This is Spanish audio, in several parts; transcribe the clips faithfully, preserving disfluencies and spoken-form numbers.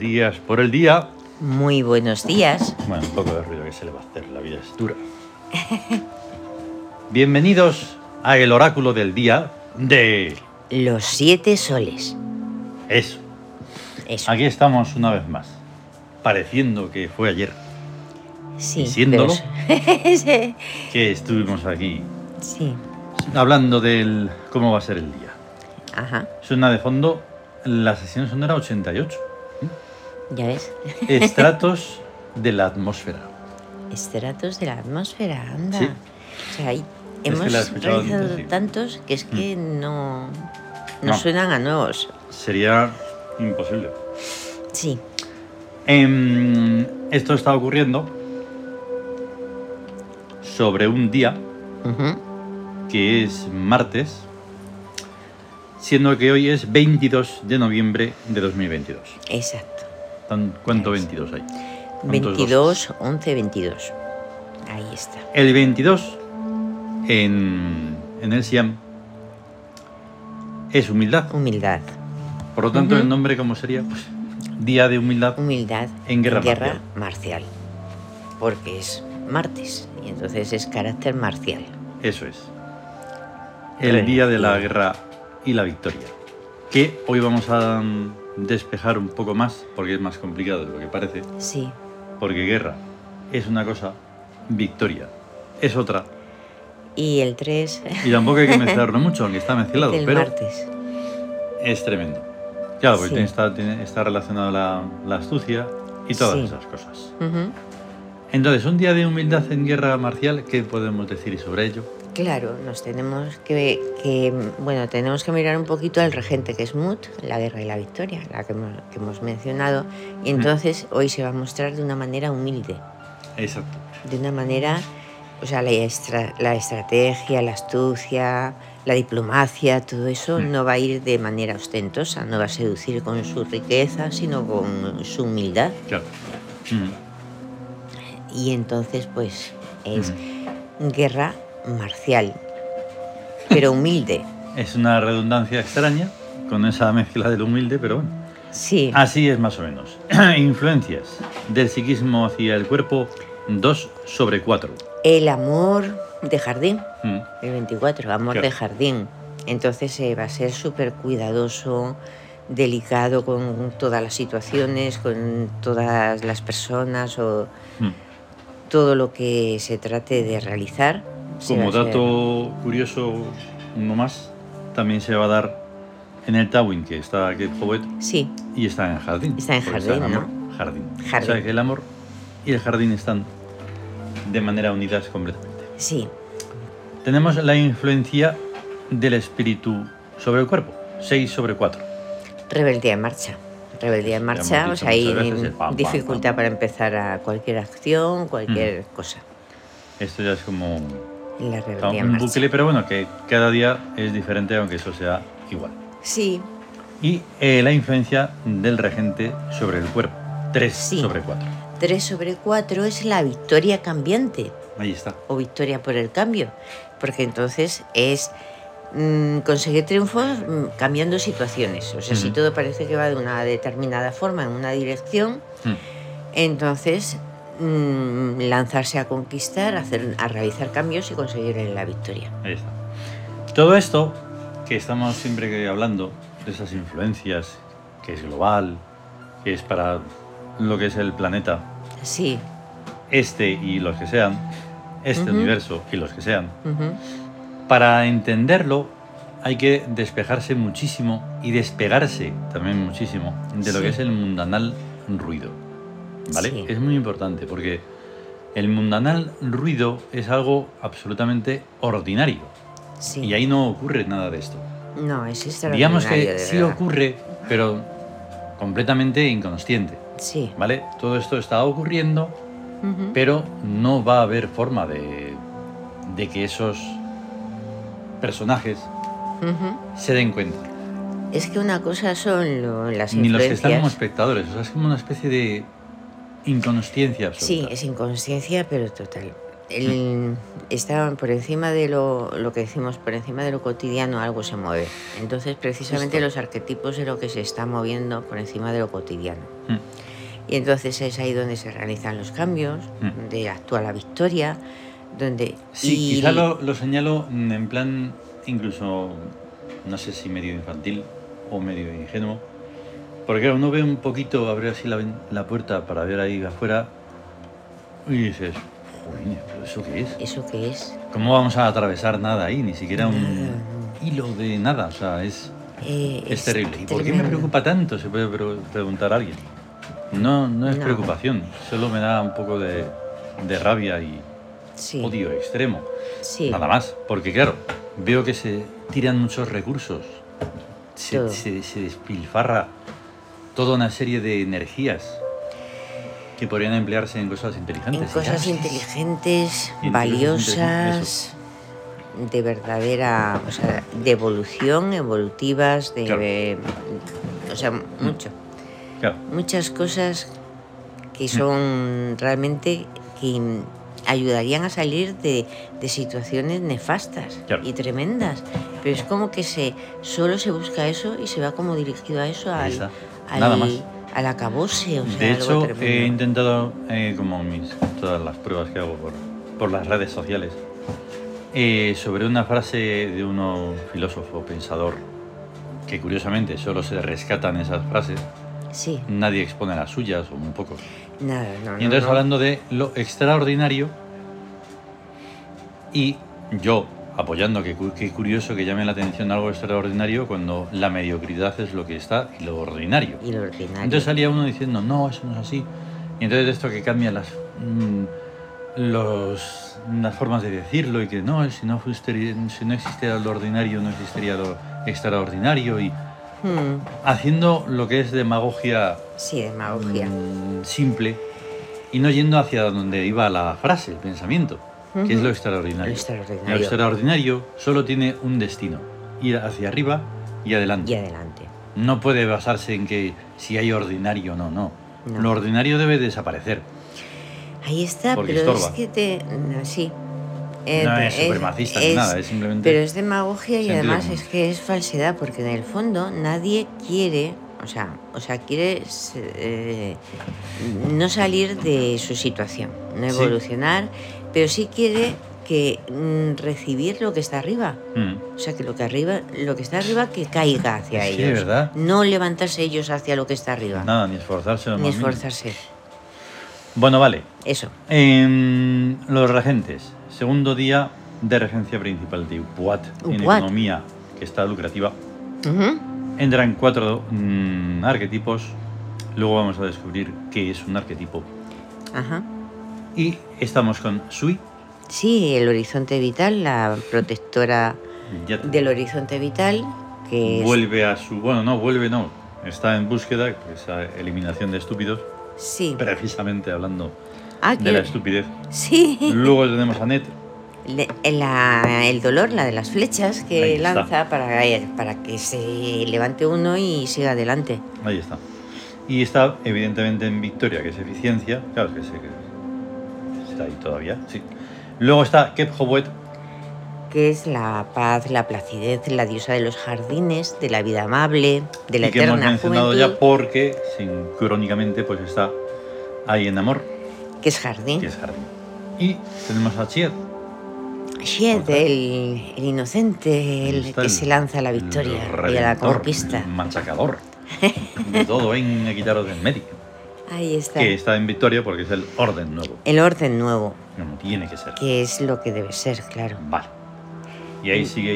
días por el día. Muy buenos días. Bueno, un poco de ruido, que se le va a hacer, la vida es dura. Bienvenidos a el oráculo del día de... Los siete soles. Eso. Eso. Aquí estamos una vez más, pareciendo que fue ayer. Sí, y siéndolo, pero... sí. que estuvimos aquí Sí. hablando del cómo va a ser el día. Ajá. Suena de fondo la sesión sonora ochenta y ocho. Ya ves. Estratos de la atmósfera. Estratos de la atmósfera, anda. Sí. O sea, hay- que hemos la he escuchado realizado antes, sí. tantos que es que no, no, No. suenan a nuevos. Sería imposible. Sí. Em, esto está ocurriendo sobre un día Ujú. que es martes, siendo que hoy es veintidós de noviembre de dos mil veintidós. Exacto. Tan- ¿Cuánto Eso. veintidós hay? ¿Cuántos veintidós, once, veintidós. Ahí está. El veintidós en, en el Siam es humildad. Humildad. Por lo tanto, Ujú. el nombre, ¿cómo sería? Pues Día de Humildad. Humildad En guerra marcial. marcial. Porque es martes y entonces es carácter marcial. Eso es. El día de la guerra y la victoria. Que hoy vamos a mm, despejar un poco más, porque es más complicado de lo que parece. Sí. Porque guerra es una cosa, victoria es otra. Y el tres Y tampoco hay que mezclarlo mucho, aunque está mezclado, del pero martes. es tremendo. Claro, porque Sí. tiene- está, tiene- está relacionado la, la astucia y todas Sí. esas cosas. Ujú. Entonces, un día de humildad en guerra marcial, ¿qué podemos decir sobre ello? Claro, nos tenemos que, que, bueno, tenemos que mirar un poquito al regente que es Mut, la guerra y la victoria, la que hemos, que hemos mencionado, y entonces hoy se va a mostrar de una manera humilde, Exacto. de una manera, o sea, la, estra- la estrategia, la astucia, la diplomacia, todo eso Mm. no va a ir de manera ostentosa, no va a seducir con su riqueza, sino con su humildad. Claro. Mm. Y entonces, pues, es Mm. guerra marcial, pero humilde. Es una redundancia extraña con esa mezcla del humilde, pero bueno. Sí, Así es más o menos. Influencias del psiquismo hacia el cuerpo, dos sobre cuatro. el amor de jardín, Mm. el veinticuatro, amor Claro. de jardín. Entonces eh, va a ser súper cuidadoso, delicado con todas las situaciones, con todas las personas o Mm. todo lo que se trate de realizar. Sí, Como va a ser- dato curioso, uno más, también se va a dar en el Tawin, que está aquí el Poet, Sí, y está en el jardín. Está en porque jardín, amor, jardín. Jardín. O sea que el amor y el jardín están de manera unidas completamente. sí, Tenemos la influencia del espíritu sobre el cuerpo, seis sobre cuatro. rebeldía en marcha. Rebeldía en Ya hemos marcha, dicho o sea, hay muchas veces el pam, pam, dificultad pam. para empezar a cualquier acción, cualquier cosa. Esto ya es como La rebeldía en un marcha. bucle, pero bueno, que cada día es diferente, aunque eso sea igual. Sí, Y eh, la influencia del regente sobre el cuerpo, tres Sí. sobre cuatro. tres sobre cuatro es la victoria cambiante Ahí está. o victoria por el cambio, porque entonces es mm, conseguir triunfos mm, cambiando situaciones. O sea, si Ujú. todo parece que va de una determinada forma, en una dirección, Mm. entonces mm, lanzarse a conquistar, hacer, a realizar cambios y conseguir la victoria. Ahí está. Todo esto que estamos siempre que hablando de esas influencias, que es global, que es para lo que es el planeta, Sí. este y los que sean, este Ujú. universo y los que sean, Ujú. para entenderlo hay que despejarse muchísimo y despegarse también muchísimo de lo Sí. que es el mundanal ruido. ¿Vale? Sí. Es muy importante porque el mundanal ruido es algo absolutamente ordinario Sí. y ahí no ocurre nada de esto. No, es extraordinario. Digamos que de sí verdad. ocurre, pero completamente inconsciente. Sí. ¿Vale? Todo esto está ocurriendo, Ujú. pero no va a haber forma de, de que esos personajes Ujú. se den cuenta. Es que una cosa son lo- las Ni los que están como influencias. espectadores. O sea, es como una especie de inconsciencia absoluta. Sí, es inconsciencia, pero total. el, está por encima de lo, lo que decimos, por encima de lo cotidiano algo se mueve. Entonces, precisamente Justo. los arquetipos es lo que se está moviendo por encima de lo cotidiano. Mm. Y entonces es ahí donde se realizan los cambios, Mm. donde actúa la victoria, donde... Sí, y- quizá lo, lo señalo mm, en plan incluso, no sé si medio infantil o medio ingenuo, porque claro, uno ve un poquito, abre así la, ven- la puerta para ver ahí afuera y dices, joder, ¿pero eso qué es? ¿Eso qué es? ¿Cómo vamos a atravesar nada ahí? Ni siquiera un Nada, no. hilo de nada, o sea, es, Eh, es terrible. ¿Y por qué me tremendo. preocupa tanto? Se puede pre- preguntar alguien. No, no es No. preocupación, solo me da un poco de, de rabia y Sí, odio extremo. sí. Nada más, porque claro, veo que se tiran muchos recursos, se, Todo. se, se despilfarra toda una serie de energías que podrían emplearse en cosas inteligentes. En Y cosas claro, sí, inteligentes, Y en valiosas, de verdadera, o sea, de evolución, evolutivas, de, Claro. o sea, mucho, Claro, muchas cosas Mm. que son realmente que ayudarían a salir de, de situaciones nefastas Claro. y tremendas, pero es como que se solo se busca eso y se va como dirigido a eso, ahí al, está. al, Nada más. al acabose, o sea, De algo hecho, tremendo. he intentado, eh, como mis, todas las pruebas que hago por, por las redes sociales, eh, sobre una frase de un filósofo, pensador, que curiosamente solo se rescatan esas frases, Sí, nadie expone las suyas o muy pocos. nada, no, Y entonces no, no. hablando de lo extraordinario y yo apoyando que, cu- que curioso que llame la atención algo extraordinario cuando la mediocridad es lo que está y lo ordinario. Y lo ordinario. Entonces salía uno diciendo, no, eso no es así. Y entonces esto que cambia las, mm, los, las formas de decirlo y que no, si no, fuiste- si no existiera lo ordinario, no existiría lo extraordinario. Y Hmm, haciendo lo que es demagogia sí, demagogia. mm, simple y no yendo hacia donde iba la frase, el pensamiento, que es Ujú. lo extraordinario. Lo extraordinario. Lo extraordinario solo tiene un destino, ir hacia arriba y adelante. Y adelante. No puede basarse en que si hay ordinario o no, no. No. Lo ordinario debe desaparecer. Ahí está, Porque pero estorba. es que te... no, sí. Eh, No te- es supremacista ni nada, es simplemente Pero es demagogia y sentido además común. es que es falsedad, porque en el fondo nadie quiere, o sea, o sea quiere eh, no salir de su situación, no Sí. evolucionar, pero sí quiere que mm, recibir lo que está arriba. Mm. O sea, que lo que arriba, lo que está arriba que caiga hacia Es que, ellos. ¿verdad? No levantarse ellos hacia lo que está arriba. Nada, ni esforzarse. lo Ni más mínimo. esforzarse. Bueno, vale. Eso. En los regentes, segundo día de regencia principal de Upuat en Upuat. economía, que está lucrativa. Ujú. Entran cuatro mm, arquetipos. Luego vamos a descubrir qué es un arquetipo. Ajá. Y estamos con Sui. Sí, el horizonte vital, la protectora Ya te- del horizonte vital, que es... vuelve a su. Bueno, no, vuelve no. Está en búsqueda, esa eliminación de estúpidos. Sí. Precisamente hablando Ah, de la que... estupidez. Sí. Luego tenemos a Net. Le- la- el dolor, la de las flechas que Ahí está. lanza para, para que se levante uno y siga adelante. Ahí está. Y está evidentemente en victoria, que es eficiencia. Claro, es que, sé que está ahí todavía. Sí. Luego está Kep Howet, Que es la paz, la placidez, la diosa de los jardines, de la vida amable, de la y que hemos eterna mencionado juventud, ya porque sincrónicamente pues está ahí en amor, que es jardín. que es jardín. Y tenemos a Chied, Shed, Otra. el, el inocente, Ahí el está que el- se lanza a la el victoria y a la redentor, conquista. el machacador. De todo, ven a quitaros del medio. Ahí está. Que está en victoria porque es el orden nuevo, El orden nuevo, como tiene que ser. que es lo que debe ser, claro. Vale. Y ahí sigue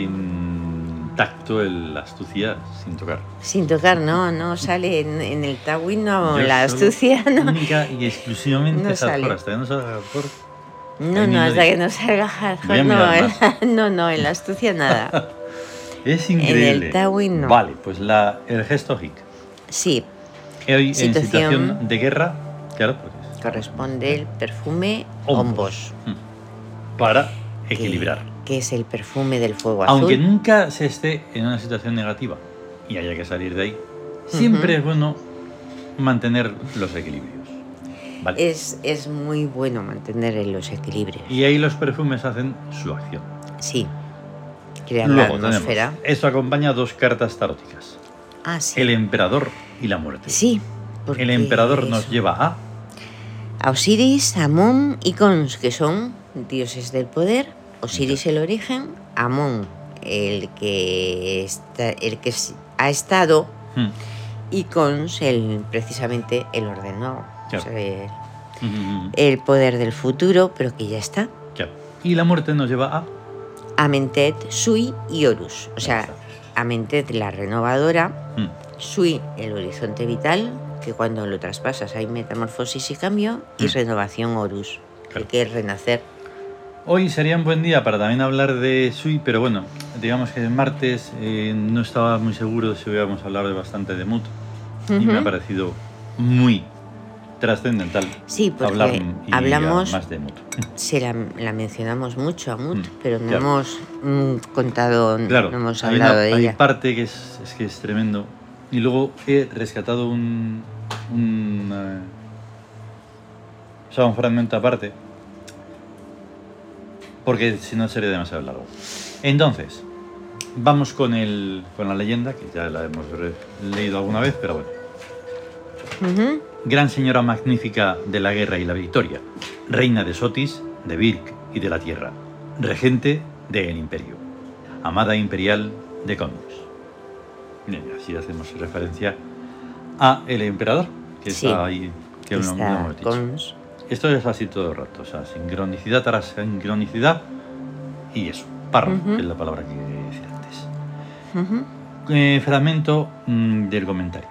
intacto el astucia sin tocar. Sin tocar, no, no sale en, en el Tawin, no, Yo la solo astucia, no. Única y exclusivamente No Hardcore. sale. Hasta que no salga Hardcore. No, Ahí ni no, lo hasta dice. que no salga Voy hardcore, a no, mirar en más. la- no, no, en la astucia nada. Es En el increíble. Tawin no. Vale, pues la, el gesto hic. Sí, Hoy Situación- en situación de guerra, claro, pues corresponde el perfume hombos. Hombos, Mm. Para que- equilibrar. que es el perfume del fuego azul. Aunque nunca se esté en una situación negativa y haya que salir de ahí, siempre Ujú. es bueno mantener los equilibrios. Vale. Es, es muy bueno mantener los equilibrios. Y ahí los perfumes hacen su acción. Sí. Crear Luego la atmósfera. tenemos, esto acompaña dos cartas taróticas. Ah, sí. El emperador y la muerte. Sí. El emperador eso. nos lleva a... a Osiris, Amón y Cons, que son dioses del poder. Osiris el origen, Amón el que, está, el que ha estado Hmm. y Cons el, precisamente el orden, ¿no? Claro. O sea, el, Mm-hmm. el poder del futuro, pero que ya está. Claro. Y la muerte nos lleva a... Amentet, Sui y Horus. O sea, Amentet la renovadora, Hmm. Sui el horizonte vital, que cuando lo traspasas hay metamorfosis y cambio, y Hmm. renovación Horus, Claro. el que es renacer. Hoy sería un buen día para también hablar de Sui, pero bueno, digamos que el martes eh, no estaba muy seguro si íbamos a hablar de bastante de Mut. Uh-huh. Y me ha parecido muy trascendental Sí, porque hablar y hablamos, más de Mut. se la, la mencionamos mucho a Mut, Mm, pero no claro. hemos mm, contado, Claro, no hemos hay, hablado una, de hay ella. parte que es, es que es tremendo. Y luego he rescatado un, un, eh, o sea, un fragmento aparte, porque si no sería demasiado largo. Entonces, vamos con, el, con la leyenda, que ya la hemos re- leído alguna vez, pero bueno. Uh-huh. Gran señora magnífica de la guerra y la victoria, reina de Sotis, de Virk y de la tierra, regente del imperio, amada imperial de Cons. Bien, así hacemos referencia a el emperador, que Sí, está ahí, que no, no Está hemos dicho. Cons. Esto es así todo el rato, o sea, sincronicidad tras sincronicidad y eso, párrafo, Ujú. que es la palabra que decía antes. Uh-huh. Eh, fragmento mm, del comentario.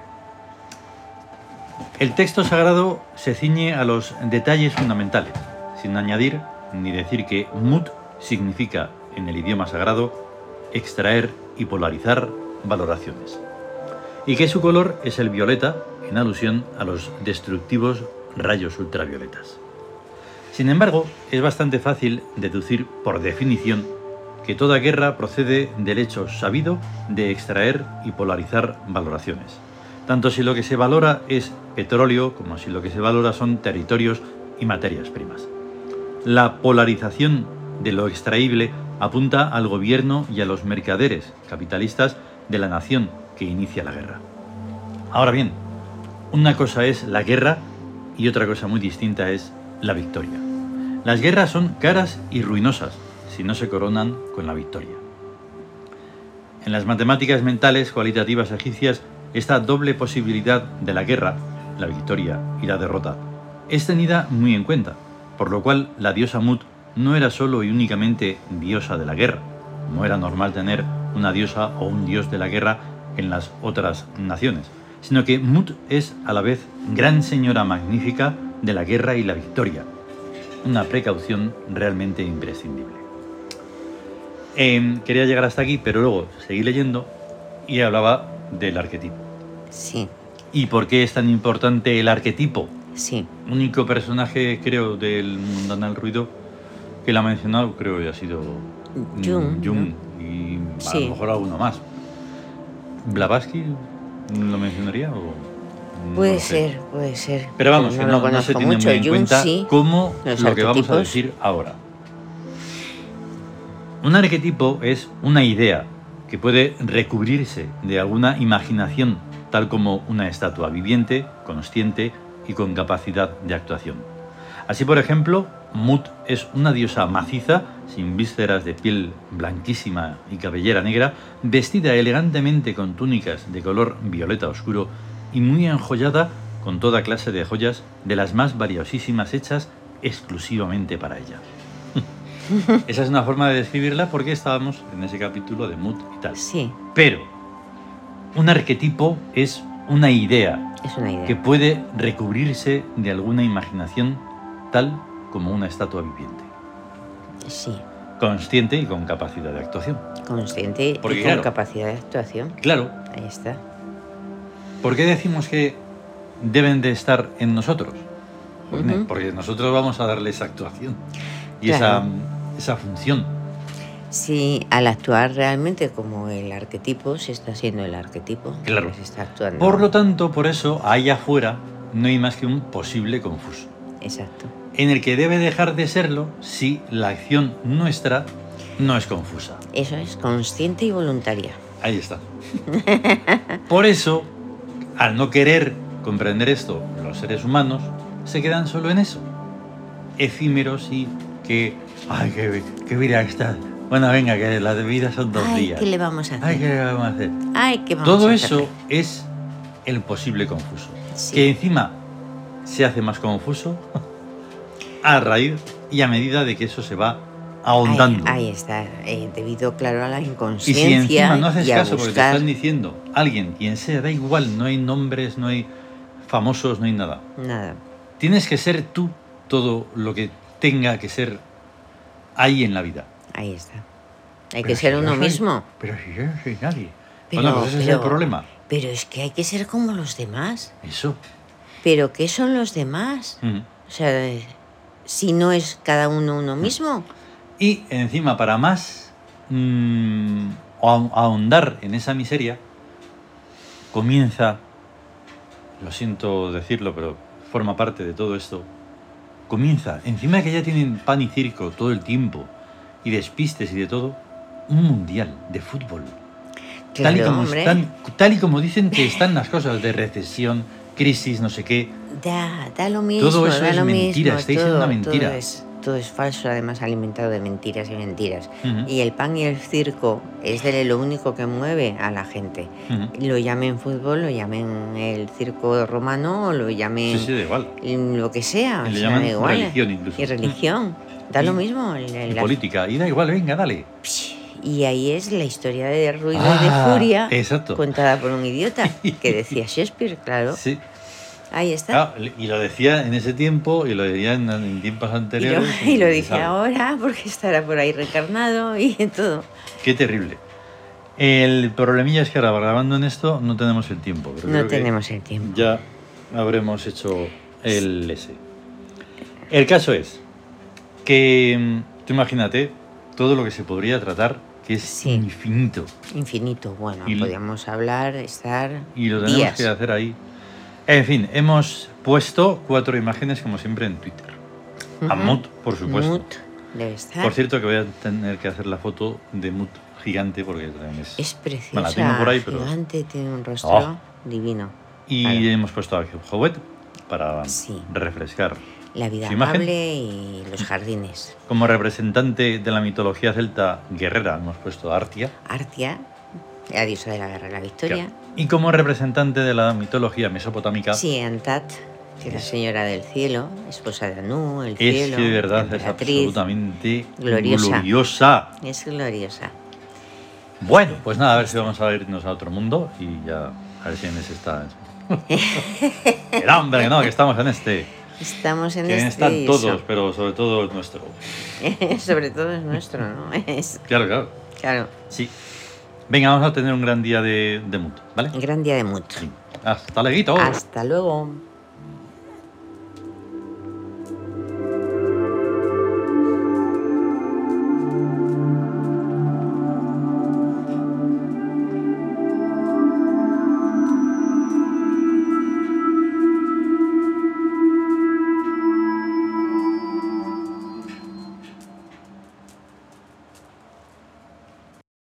El texto sagrado se ciñe a los detalles fundamentales, sin añadir ni decir que Mut significa, en el idioma sagrado, extraer y polarizar valoraciones, y que su color es el violeta, en alusión a los destructivos rayos ultravioletas. Sin embargo, es bastante fácil deducir, por definición, que toda guerra procede del hecho sabido de extraer y polarizar valoraciones, tanto si lo que se valora es petróleo como si lo que se valora son territorios y materias primas. La polarización de lo extraíble apunta al gobierno y a los mercaderes capitalistas de la nación que inicia la guerra. Ahora bien, una cosa es la guerra y otra cosa muy distinta es la victoria. Las guerras son caras y ruinosas si no se coronan con la victoria. En las matemáticas mentales cualitativas egipcias, esta doble posibilidad de la guerra, la victoria y la derrota, es tenida muy en cuenta, por lo cual la diosa Mut no era solo y únicamente diosa de la guerra, como era normal tener una diosa o un dios de la guerra en las otras naciones, sino que Mut es a la vez gran señora magnífica de la guerra y la victoria, una precaución realmente imprescindible. Eh, quería llegar hasta aquí, pero luego seguí leyendo y hablaba del arquetipo. Sí, ¿Y por qué es tan importante el arquetipo? sí. Único personaje, creo, del Mundanal Ruido que lo ha mencionado, creo que ha sido mm, Jung, Jung, ¿no? y a Sí. lo mejor alguno más. ¿Blavatsky lo mencionaría o...? No Puede lo sé. ser, puede ser. Pero vamos, que no, no, lo no se conozco tiene mucho. muy en Jung, cuenta sí. como Los lo que vamos a arquetipos. decir ahora. Un arquetipo es una idea que puede recubrirse de alguna imaginación, tal como una estatua viviente, consciente y con capacidad de actuación. Así, por ejemplo, Mut es una diosa maciza, sin vísceras, de piel blanquísima y cabellera negra, vestida elegantemente con túnicas de color violeta oscuro y muy enjollada con toda clase de joyas de las más valiosísimas hechas exclusivamente para ella. Esa es una forma de describirla porque estábamos en ese capítulo de Mut y tal. Sí, Pero un arquetipo es una idea es una idea. que puede recubrirse de alguna imaginación, tal como una estatua viviente, Sí, consciente y con capacidad de actuación. consciente Porque, y con claro. capacidad de actuación. Claro, Ahí está. ¿por qué decimos que deben de estar en nosotros? Pues, Ujú. porque nosotros vamos a darle esa actuación y Claro. esa, esa función. Sí, al actuar realmente como el arquetipo, se está haciendo el arquetipo. Claro. Se está actuando. Por lo tanto, por eso, ahí afuera no hay más que un posible confuso. exacto. en el que debe dejar de serlo si la acción nuestra no es confusa. Eso es consciente y voluntaria. Ahí está. Por eso, al no querer comprender esto, los seres humanos se quedan solo en eso. Efímeros y que... ¡Ay, qué, qué vida está! Bueno, venga, que la de vida son dos Ay, días. ¿qué le vamos a hacer? Ay, ¿qué le vamos a hacer? Ay, ¿qué vamos Todo a eso hacerle? es el posible confuso. Sí. Que encima se hace más confuso a raíz y a medida de que eso se va ahondando. Ahí, ahí está, eh, debido, claro, a la Y inconsciencia. si encima no haces y a caso porque te buscar- están diciendo alguien, quien sea, da igual, no hay nombres, no hay famosos, no hay nada. Nada. Tienes que ser tú todo lo que tenga que ser ahí en la vida. Ahí está. Hay Pero que si ser yo uno soy- mismo. Pero si yo no soy nadie. Pero- bueno, pues ese es pero- el problema. Pero es que hay que ser como los demás. Eso. ¿Pero qué son los demás? Ujú. O sea, eh, si no es cada uno uno mismo. Y encima, para más mm, ahon- ahondar en esa miseria, comienza, lo siento decirlo, pero forma parte de todo esto, comienza, encima que ya tienen pan y circo todo el tiempo, y despistes y de todo, un mundial de fútbol. tal, y Claro, como hombre. están, tal y como dicen que están las cosas de recesión, crisis, no sé qué, Da, da lo mismo. Todo eso da es lo mentira, mismo, estáis en todo, una mentira. Todo es, todo es falso, además alimentado de mentiras y mentiras. Ujú. Y el pan y el circo es de lo único que mueve a la gente. Ujú. Lo llamen fútbol, lo llamen el circo romano, o lo llamen Sí, sí, da igual. lo que sea. Y o le sea, llaman da igual. religión incluso. Y religión. Da Y- lo mismo. el- Y la- política, y da igual, venga, dale. Y ahí es la historia de ruido y Ah, de furia exacto. contada por un idiota, que decía Shakespeare, claro. Sí. Ahí está. Claro, y lo decía en ese tiempo y lo decía en, en tiempos y, lo, anteriores. y lo se dice sabe. ahora porque estará por ahí reencarnado y todo. Qué terrible. El problemilla es que ahora grabando en esto no tenemos el tiempo. pero No creo que tenemos el tiempo. Ya habremos hecho el ese. El caso es que mm, tú imagínate todo lo que se podría tratar, que es Sí. infinito. Infinito. Bueno, Y- podríamos hablar, estar Y lo tenemos días. que hacer ahí. En fin, hemos puesto cuatro imágenes como siempre en Twitter. A Ujú. Mut, por supuesto. Mut debe estar. Por cierto que voy a tener que hacer la foto de Mut gigante porque también es... Es preciosa. Me la tengo por ahí, pero- Gigante, tiene un rostro Oh. divino. Y Claro. hemos puesto a Jovet para Sí. refrescar. La vida ¿Su imagen? amable y los jardines. Como representante de la mitología celta guerrera hemos puesto a Artia. Artia, la diosa de la guerra y la victoria. Y como representante de la mitología mesopotámica, Sí, Antat, que es la señora del cielo, esposa de Anu, el es cielo. que de verdad la es emperatriz. absolutamente gloriosa. gloriosa. Es gloriosa. Bueno, pues nada, a ver si vamos a irnos a otro mundo y ya a ver si en ese está. El hambre, que no, que estamos en este. Estamos en Que este están y todos, eso. pero sobre todo el nuestro. Sobre todo es nuestro, ¿no? Es, Claro, claro. claro, Sí. Venga, vamos a tener un gran día de, de Mut, ¿vale? gran día de Mut. Sí. Hasta luego. Hasta luego.